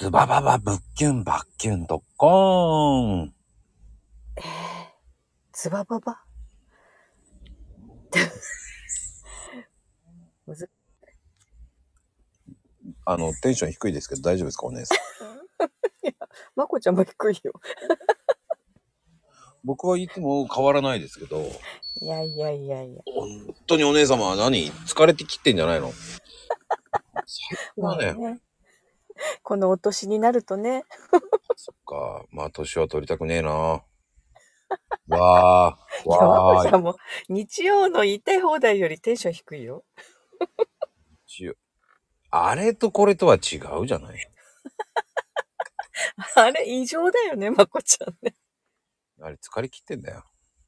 ズバババブッキュンバッキュンドッコーン。 ズバババむずテンション低いですけど大丈夫ですか、お姉さん。 いや、まこちゃんも低いよ。 僕はいつも変わらないですけど、 いやいやいやいや。 本当にお姉様は疲れてきてんじゃないの？最高まあだね。 ね。このお年になるとね。 そっか。まあ、年は取りたくねえな。わー、 いや、まこわーい。 ちゃんも日曜の言いたい放題よりテンション低いよ。 あれとこれとは違うじゃない。 あれ、異常だよね、まこちゃんね。 あれ疲れ切ってんだよ。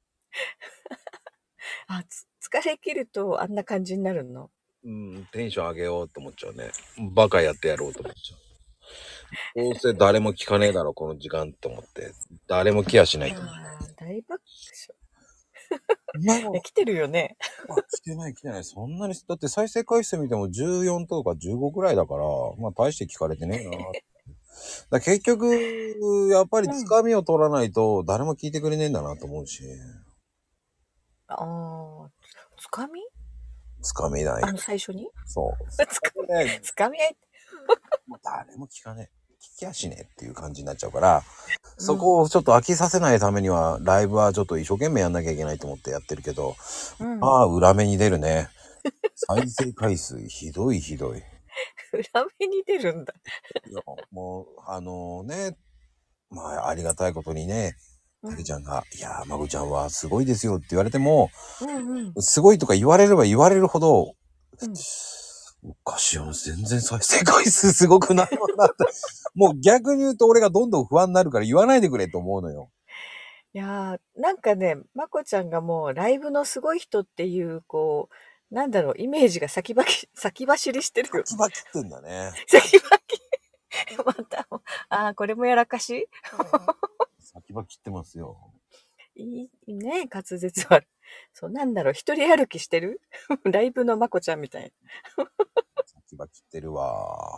疲れ切るとあんな感じになるの。 テンション上げようと思っちゃうね。バカやってやろうと思っちゃう。どうせ誰も聞かねえだろ、この時間って思って。誰もケアしないと思う。 大爆今笑。来てるよね。 来てない来てない。そんなに、だって再生回数見ても14とか15ぐらいだから、まあ大して聞かれてねえな。結局、やっぱりつかみを取らないと誰も聞いてくれねえんだなと思うし。 つかみ？ つかみない。 最初に？ そう。 つかみ合い。 もう誰も聞かねえ。聞きやしねえっていう感じになっちゃうから、そこをちょっと飽きさせないためには、ライブはちょっと一生懸命やんなきゃいけないと思ってやってるけど、裏目に出るね。再生回数ひどいひどい。 裏目に出るんだ。 いや、もう、まあ、ありがたいことにね、たけちゃんが、いや、まこちゃんはすごいですよって言われても、すごいとか言われれば言われるほど、おかしいよ、全然再生回数すごくないもんなって。もう逆に言うと俺がどんどん不安になるから言わないでくれと思うのよ。 いやー、なんかね、まこちゃんがもうライブのすごい人っていう、こう、なんだろう、イメージが先走りしてるよ。 先走ってんだね。 先走り。また、これもやらかし先走ってますよ。 いいね、滑舌は。そう、なんだろう、一人歩きしてるライブのまこちゃんみたいな。 先走ってるわ。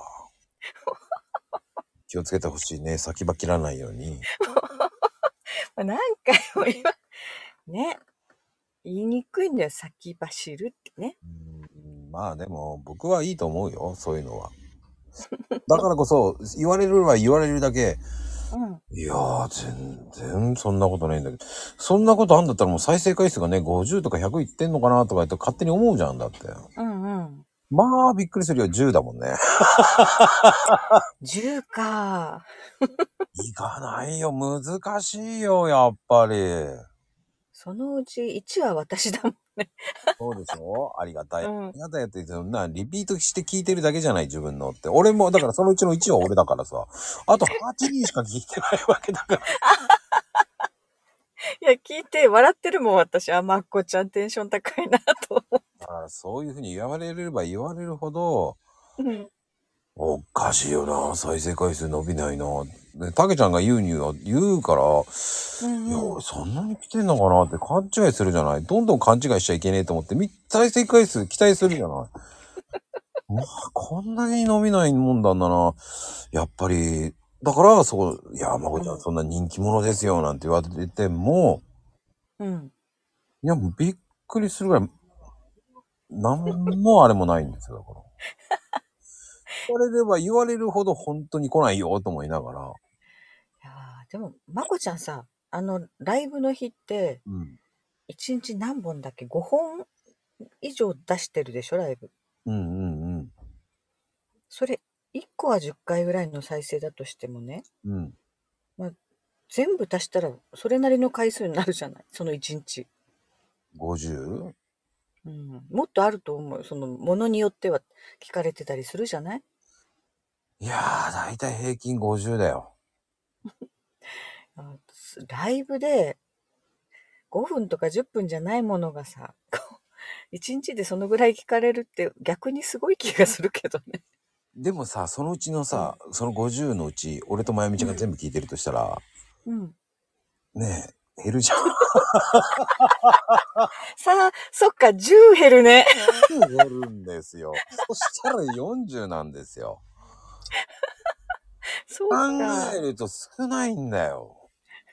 気をつけてほしいね。先走らないように。 何回もね、言いにくいんだよ、先走るってね。 まあでも僕はいいと思うよ、そういうのは。だからこそ言われるは言われるだけ、いやー全然そんなことないんだけど、そんなことあんだったらもう再生回数がね50とか100いってんのかなとか言って勝手に思うじゃん。だって。まあびっくりするよ。10だもんね。 10か。 いかないよ。難しいよ、やっぱり。 そのうち1は私だもんね。 そうでしょ？ありがたい。ありがたいやって言ってリピートして聞いてるだけじゃない、自分のって。俺も、だからそのうちの1は俺だからさ。あと8人しか聞いてないわけだから。 いや、聞いて笑ってるもん、私。まっこちゃんテンション高いなと思って。 そういうふうに言われれば言われるほど、おかしいよな、再生回数伸びないな。で、たけちゃんが言うから、いや、そんなに来てんのかなって勘違いするじゃない。どんどん勘違いしちゃいけねえと思って、再生回数期待するじゃない。こんなに伸びないもんだんだな。やっぱり、だから、いや、まこちゃんそんな人気者ですよ、なんて言われても、いや、もうびっくりするぐらい、なんもあれもないんですよ、だから。言われれば言われるほど本当に来ないよと思いながら。 いやでも、まこちゃんさ、ライブの日って、1日何本だっけ？ 5 本以上出してるでしょ、ライブ。それ、1個は10回ぐらいの再生だとしてもね。まあ、全部足したら、それなりの回数になるじゃない、その1日。 50？ もっとあると思う。その、ものによっては聞かれてたりするじゃない？ いやー、だいたい平均50だよ。 ライブで5分とか10分じゃないものがさ、1日でそのぐらい聞かれるって逆にすごい気がするけどね。 でもさ、そのうちのさ、その50のうち、俺とまゆみちゃんが全部聞いてるとしたら、ねえ、減るじゃん。 さあ、そっか、10減るね。 10減るんですよ。そしたら40なんですよ。 そう考か。 えると少ないんだよ。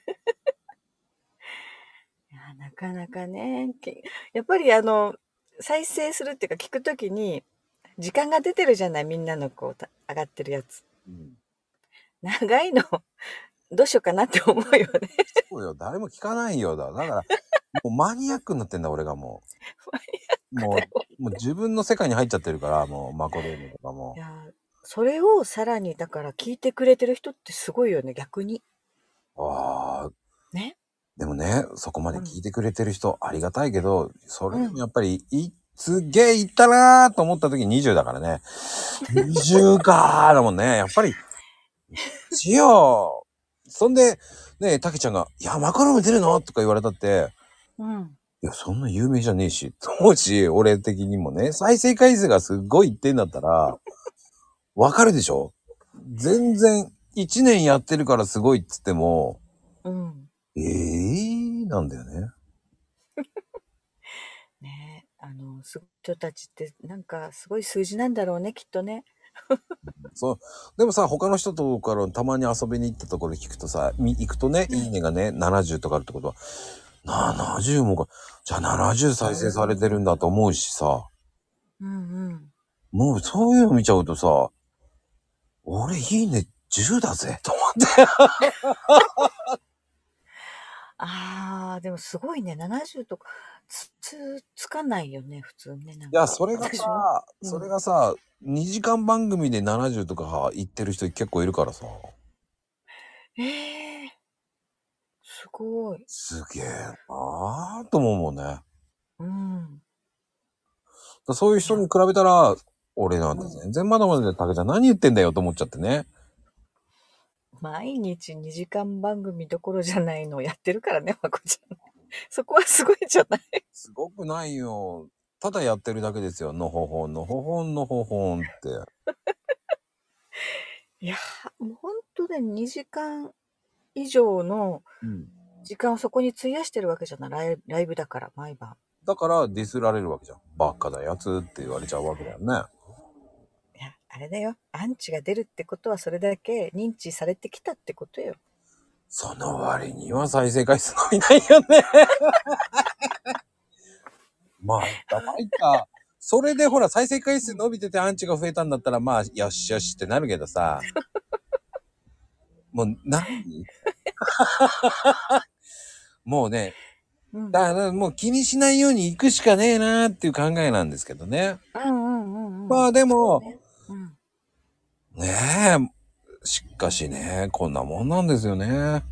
いや、なかなかね、やっぱり再生するっていうか聞くときに、時間が出てるじゃない、みんなの上がってるやつ。 うん。 長いの、どうしようかなって思うよね。 そうよ、誰も聞かないよ。だから、もうマニアックになってんだ、俺がもマニう。もう自分の世界に入っちゃってるから、もう、マコルームとかも。 いや、それをさらに、だから聞いてくれてる人ってすごいよね、逆に。 ああ。 ね。 でもね、そこまでうん。 聞いてくれてる人ありがたいけど、それでもうん。 やっぱり、すっげえ行ったなーと思った時20だからね。20かーだもんね。やっぱり、しよう。そんで、ね、たけちゃんが、いや、マカロニ出るのとか言われたって、 うん。 いや、そんな有名じゃねえし、と思うし、俺的にもね、再生回数がすっごいいってんだったら、わかるでしょ？全然、1年やってるからすごいっつっても、 うん。 なんだよね。 ね、すごい人たちって、なんかすごい数字なんだろうね、きっとね。 そう。でもさ、他の人とからたまに遊びに行ったところ聞くとさ、行くとね、いいねがね、70とかあるってことは、70もか、じゃあ70再生されてるんだと思うしさ、 うんうん。 もうそういうの見ちゃうとさ、俺いいね10だぜ、と思って。 ああ、でもすごいね、70とか、つかないよね、普通ね、なんいや、 か。 それが私も。 さ、それうん。 がさ、2時間番組で70とか言ってる人結構いるからさ、 ええ、すごい。 すげえなぁと思うもんね。 うん。 そういういや、 人に比べたら、俺なんてうん。 全然まだまだで、たけちゃん何言ってんだよと思っちゃってね。 毎日2時間番組どころじゃないのをやってるからね、まこちゃん。そこはすごいじゃない。 すごくないよ。ただやってるだけですよ。のほほん、のほほん、のほほんって。 いやー、もうほんとね、2時間以上のうん。 時間をそこに費やしてるわけじゃない。ライブだから、毎晩。 だからディスられるわけじゃん。バカなやつって言われちゃうわけだよね。 いや、あれだよ。アンチが出るってことはそれだけ認知されてきたってことよ。 その割には再生回数伸びないよね。まあ、参った。それでほら再生回数伸びててアンチが増えたんだったらまあ、よしよしってなるけどさ。もう何もうね、 うん。 だからもう気にしないように行くしかねえなーっていう考えなんですけどね。 うんうんうんうん。 まあでも、 そうね。うん。 ねえ、しかしね、こんなもんなんですよね。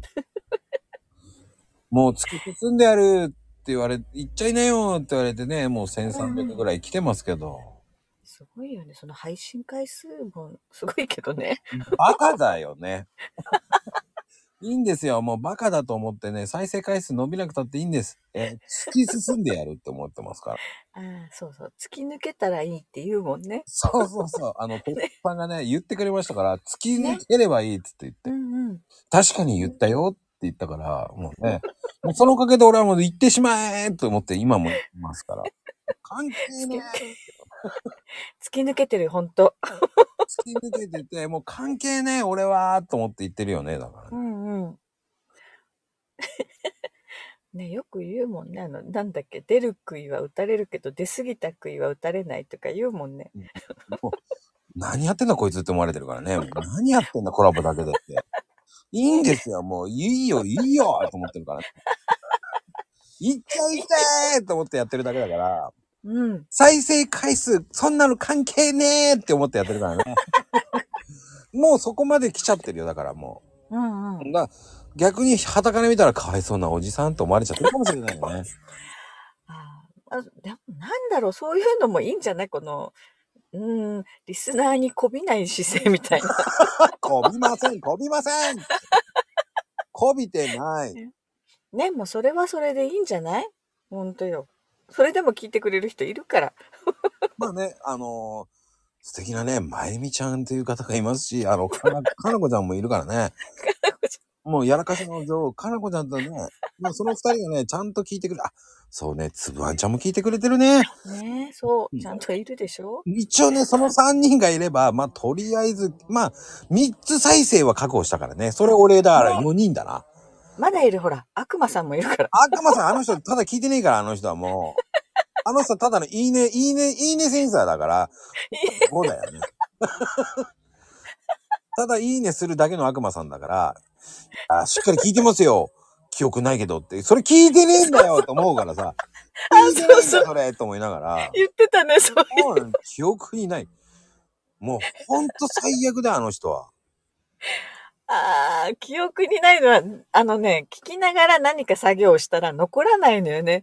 もう突き進んでやるって言われ、行っちゃいなよって言われてね、もう1300 うんうん。 ぐらい来てますけど。 すごいよね。その配信回数もすごいけどね。 バカだよね。いいんですよ。もうバカだと思ってね、再生回数伸びなくたっていいんです。突き進んでやるって思ってますから。 ああ、そうそう。突き抜けたらいいって言うもんね。 そうそうそう。トップね。 さんがね、言ってくれましたから、突き抜ね。 ければいいっつって言っうて。 んうん。 確かに言ったよって言ったから、もうね、もうそのおかげで俺はもう言ってしまえと思って今も言ってますから。関係ね突き、突き抜けてる、ほんと。 突き抜けてて、もう関係ねえ、俺は、と思って言ってるよね、だからうね。 んうん。ね、よく言うもんね。なんだっけ、出る杭は打たれるけど、出過ぎた杭は打たれないとか言うもんね。 もう、何やってんだこいつって思われてるからね。もう何やってんだコラボだけでって。いいんですよ、もう、いいよ、いいよ、と思ってるからね。行っちゃいてーと思ってやってるだけだから、 うん。 再生回数、そんなの関係ねーって思ってやってるからね。もうそこまで来ちゃってるよ、だからもうんうう。 ん。 逆に傍から見たらかわいそうなおじさんと思われちゃってるかもしれないよね。 でもなんだろう、そういうのもいいんじゃない？リスナーに媚びない姿勢みたいな。 こびません、こびませんこびてない。 ね、もうそれはそれでいいんじゃない？ほんとよ。それでも聞いてくれる人いるから。 まあね、素敵なね、まゆみちゃんという方がいますし、かなこちゃんもいるからね。もうやらかしの女王、かなこちゃんとね、 まあその二人がね、ちゃんと聞いてくれ、あ、そうね、つぶあんちゃんも聞いてくれてるね。 ねえ、そう、ちゃんといるでしょ。 一応ね、その3人がいれば、まあとりあえず、まあ、3つ再生は確保したからね。それ俺だから4人だな。 まだいる、ほら、悪魔さんもいるから。 悪魔さん、あの人、ただ聞いてねえから、あの人はもう。あの人はただのいいね、いいね、いいねセンサーだから、5だよね。ただいいねするだけの悪魔さんだから、あ、しっかり聞いてますよ。記憶ないけどって。それ聞いてねえんだよと思うからさ。聞いてねえんだよ、それと思いながら。 言ってたね、そういう。 記憶にない。もう、ほんと最悪だよ、あの人は。 ああ、記憶にないのは、聞きながら何か作業をしたら残らないのよね。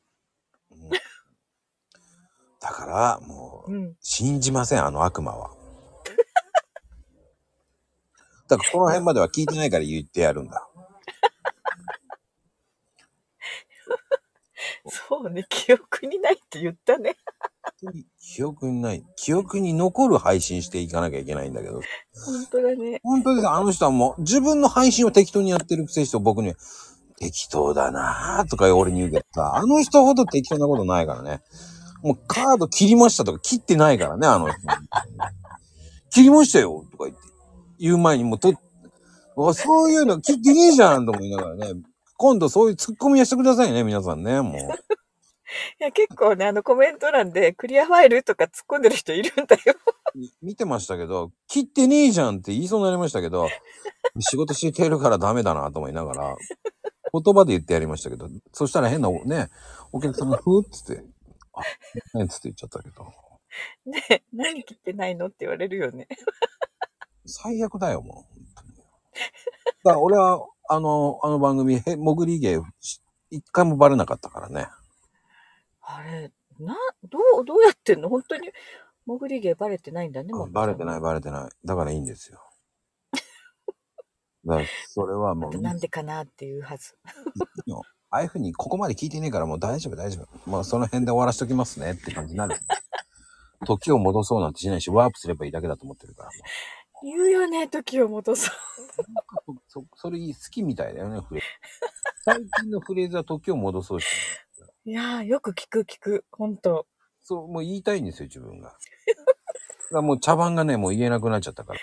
だから、もう、信じません、あの悪魔は。だから、この辺までは聞いてないから言ってやるんだ。 そうね、記憶にないって言ったね。 記憶にない。記憶に残る配信していかなきゃいけないんだけど。 本当だね。 本当です。あの人はもう、自分の配信を適当にやってるくせして僕に、適当だなぁとか俺に言うけどさ、あの人ほど適当なことないからね。もうカード切りましたとか切ってないからね、あの人。切りましたよとか言う前にもうそういうの切ってねえじゃんと思いながらね。今度そういうツッコミはしてくださいね、皆さんね、もう。 いや、結構ね、コメント欄でクリアファイルとか突っ込んでる人いるんだよ。 見てましたけど、切ってねえじゃんって言いそうになりましたけど、仕事してるからダメだなと思いながら、言葉で言ってやりましたけど、そしたら変なね、お客さんがふーっつって、あ、ねっつって言っちゃったけど。 ね、何切ってないのって言われるよね。 最悪だよ、もう。だから俺は、あの番組、潜り芸、一回もバレなかったからね。 あれ、どうやってんの本当に、潜り芸バレてないんだね、 バレてない、バレてない。だからいいんですよ。だからそれはもう。 なんでかなっていうはず。 ああいうふうにここまで聞いてねえからもう大丈夫大丈夫。もうその辺で終わらしときますねって感じになる。時を戻そうなんてしないし、ワープすればいいだけだと思ってるから。 言うよね、時を戻そう。 それ好きみたいだよね、フレーズ。最近のフレーズは時を戻そうし。 いやー、よく聞く、ほんと。 そう、もう言いたいんですよ、自分が。だからもう茶番がね、もう言えなくなっちゃったから。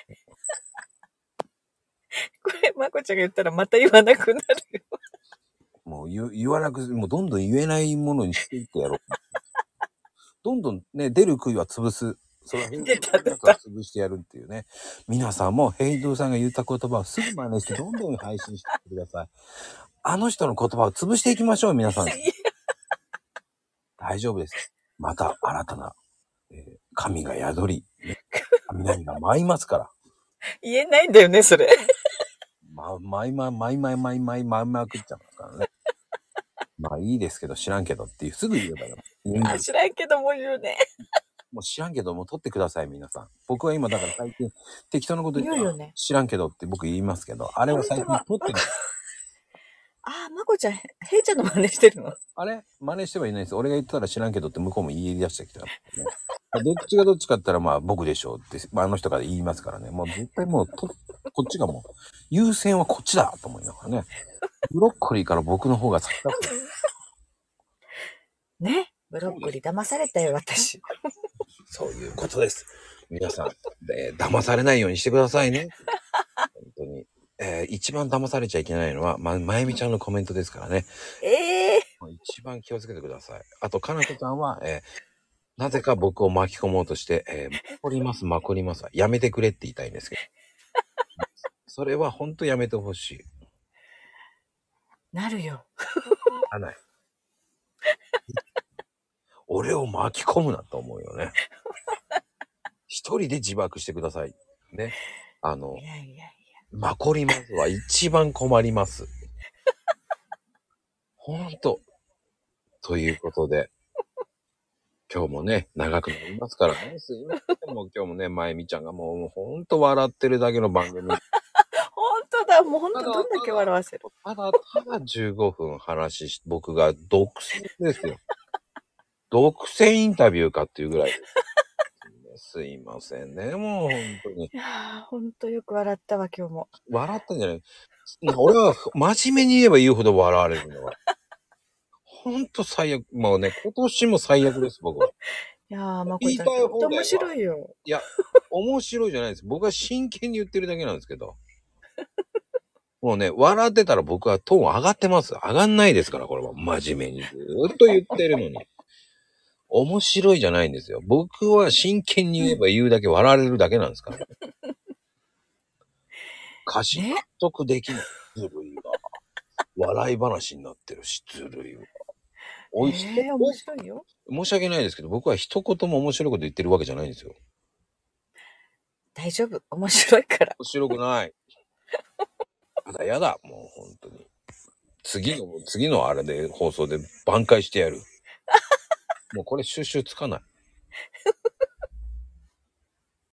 これ、まこちゃんが言ったらまた言わなくなるよ。 もう言わなく、もうどんどん言えないものにしていってやろう。どんどんね、出る杭は潰す。それはヘイドゥーさんを潰してやるっていうね。皆さんもヘイドゥーさんが言った言葉をすぐ真似してどんどん配信してください。あの人の言葉を潰していきましょう、皆さん。大丈夫です。また新たな、神が宿り、ね、雷が舞いますから。 言えないんだよね、それ。 舞いまくっちゃいますからね。まあいいですけど知らんけどっていう、すぐ言えばよ。 知らんけども言うね。 もう知らんけども取ってください、皆さん。僕は今だから最近適当なこと言って、 よね、 知らんけどって僕言いますけど、あれは最近取ってない。 あ、まこちゃん、ヘイちゃんの真似してるの？ あれ真似してはいないです。俺が言ったら知らんけどって向こうも言い出してきたからね。どっちがどっちかって言ったらまあ僕でしょうって、あの人から言いますからね。もう絶対もうこっちがもう優先はこっちだと思いながらね。ブロッコリーから僕の方が先だった。 ね、ブロッコリー騙されたよ、私。 そういうことです。皆さん、騙されないようにしてくださいね。本当に。一番騙されちゃいけないのは、まゆみちゃんのコメントですからね。一番気をつけてください。あと、かなこちゃんは、なぜか僕を巻き込もうとして、まこります。やめてくれって言いたいんですけど。それは本当やめてほしい。 なるよ。 ない。俺を巻き込むなと思うよね。一人で自爆してください。ね。まこりますは一番困ります。ほんと。ということで、今日もね、長くなりますからね。すいません。もう今日もね、まゆみちゃんがもうほんと笑ってるだけの番組。 ほんとだ、もうほんとどんだけ笑わせる。 ただ15分僕が独占ですよ。独占インタビューかっていうぐらいです。すいませんね、もう本当に。 いやー、ほんとよく笑ったわ、今日も。 笑ったんじゃない。 俺は真面目に言えば言うほど笑われるのは。ほんと最悪。もうね、今年も最悪です、僕は。 いやー、まこ言いちゃん、ほんと面たい放題は。 白いよ。 いや、面白いじゃないです。僕は真剣に言ってるだけなんですけど。もうね、笑ってたら僕はトーン上がってます。上がんないですから、これは。真面目にずーっと言ってるのに。面白いじゃないんですよ。僕は真剣に言えば言うだけ笑われるだけなんですから。歌詞納得できない。ずるいわ。笑い話になってるし、ずるいわ。おいし面白いよ。 申し訳ないですけど、僕は一言も面白いこと言ってるわけじゃないんですよ。 大丈夫。面白いから。 面白くない。やだ、もう本当に。次のあれで放送で挽回してやる。もうこれ収集つかない。